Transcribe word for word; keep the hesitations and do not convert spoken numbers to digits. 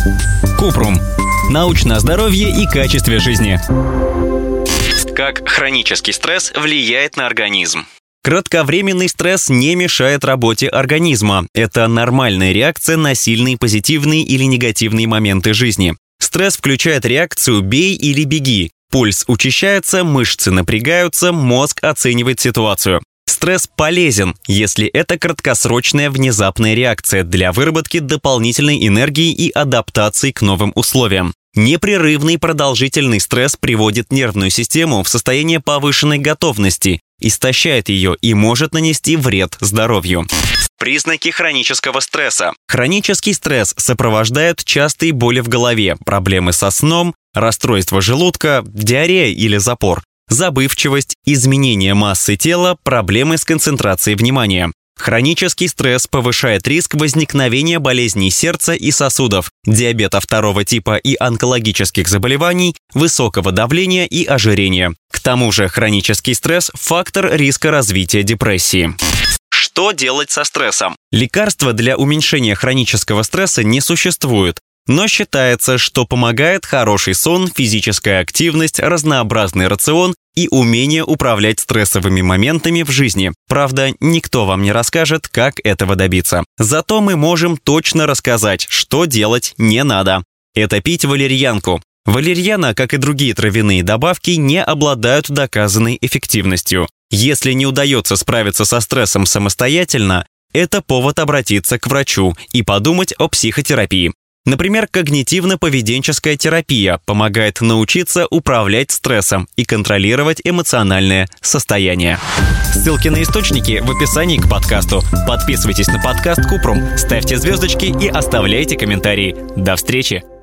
Купрум. Научное здоровье и качестве жизни. Как хронический стресс влияет на организм? Кратковременный стресс не мешает работе организма. Это нормальная реакция на сильные позитивные или негативные моменты жизни. Стресс включает реакцию «бей или беги». Пульс учащается, мышцы напрягаются, мозг оценивает ситуацию. Стресс полезен, если это краткосрочная внезапная реакция для выработки дополнительной энергии и адаптации к новым условиям. Непрерывный продолжительный стресс приводит нервную систему в состояние повышенной готовности, истощает ее и может нанести вред здоровью. Признаки хронического стресса. Хронический стресс сопровождает частые боли в голове, проблемы со сном, расстройство желудка, диарея или запор, забывчивость, изменение массы тела, проблемы с концентрацией внимания. Хронический стресс повышает риск возникновения болезней сердца и сосудов, диабета второго типа и онкологических заболеваний, высокого давления и ожирения. К тому же хронический стресс – фактор риска развития депрессии. Что делать со стрессом? Лекарства для уменьшения хронического стресса не существует, но считается, что помогает хороший сон, физическая активность, разнообразный рацион и умение управлять стрессовыми моментами в жизни. Правда, никто вам не расскажет, как этого добиться. Зато мы можем точно рассказать, что делать не надо. Это пить валерьянку. Валерьяна, как и другие травяные добавки, не обладают доказанной эффективностью. Если не удается справиться со стрессом самостоятельно, это повод обратиться к врачу и подумать о психотерапии. Например, когнитивно-поведенческая терапия помогает научиться управлять стрессом и контролировать эмоциональное состояние. Ссылки на источники в описании к подкасту. Подписывайтесь на подкаст Купрум, ставьте звездочки и оставляйте комментарии. До встречи!